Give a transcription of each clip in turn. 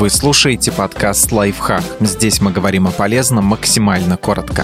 Вы слушаете подкаст «Лайфхак». Здесь мы говорим о полезном максимально коротко.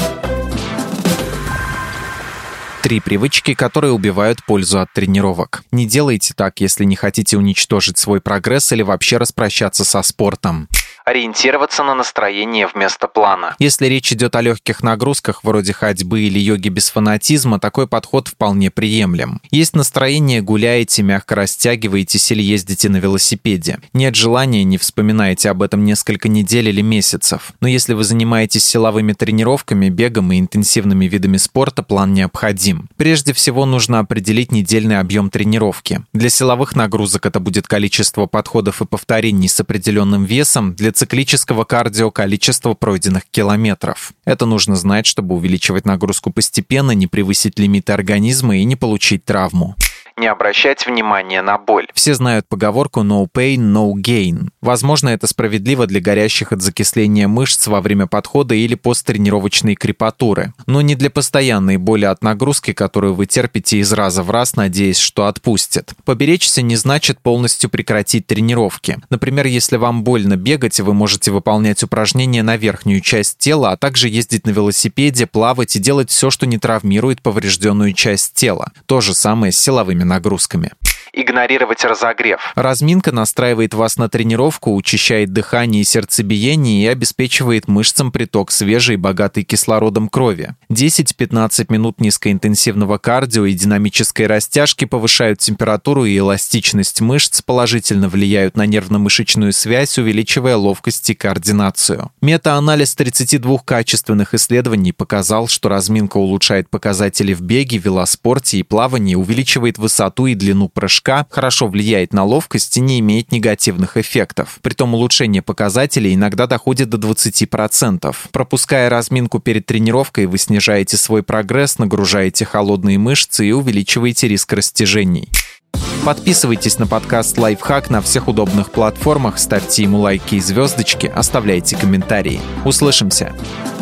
3 привычки, которые убивают пользу от тренировок. Не делайте так, если не хотите уничтожить свой прогресс или вообще распрощаться со спортом. Ориентироваться на настроение вместо плана. Если речь идет о легких нагрузках вроде ходьбы или йоги без фанатизма, такой подход вполне приемлем. Есть настроение, гуляете, мягко растягиваетесь или ездите на велосипеде. Нет желания, не вспоминаете об этом несколько недель или месяцев. Но если вы занимаетесь силовыми тренировками, бегом и интенсивными видами спорта, план необходим. Прежде всего нужно определить недельный объем тренировки. Для силовых нагрузок это будет количество подходов и повторений с определенным весом, для циклического кардио количество пройденных километров. Это нужно знать, чтобы увеличивать нагрузку постепенно, не превысить лимиты организма и не получить травму. Не обращать внимания на боль. Все знают поговорку «no pain, no gain». Возможно, это справедливо для горящих от закисления мышц во время подхода или посттренировочной крепатуры. Но не для постоянной боли от нагрузки, которую вы терпите из раза в раз, надеясь, что отпустит. Поберечься не значит полностью прекратить тренировки. Например, если вам больно бегать, вы можете выполнять упражнения на верхнюю часть тела, а также ездить на велосипеде, плавать и делать все, что не травмирует поврежденную часть тела. То же самое с силовыми нагрузками. Игнорировать разогрев. Разминка настраивает вас на тренировку, учащает дыхание и сердцебиение и обеспечивает мышцам приток свежей, богатой кислородом крови. 10-15 минут низкоинтенсивного кардио и динамической растяжки повышают температуру и эластичность мышц, положительно влияют на нервно-мышечную связь, увеличивая ловкость и координацию. Мета-анализ 32 качественных исследований показал, что разминка улучшает показатели в беге, велоспорте и плавании, увеличивает высоту и длину прыжка, хорошо влияет на ловкость и не имеет негативных эффектов. Притом улучшение показателей иногда доходит до 20%. Пропуская разминку перед тренировкой, вы снижаете свой прогресс, нагружаете холодные мышцы и увеличиваете риск растяжений. Подписывайтесь на подкаст «Лайфхак» на всех удобных платформах, ставьте ему лайки и звездочки, оставляйте комментарии. Услышимся!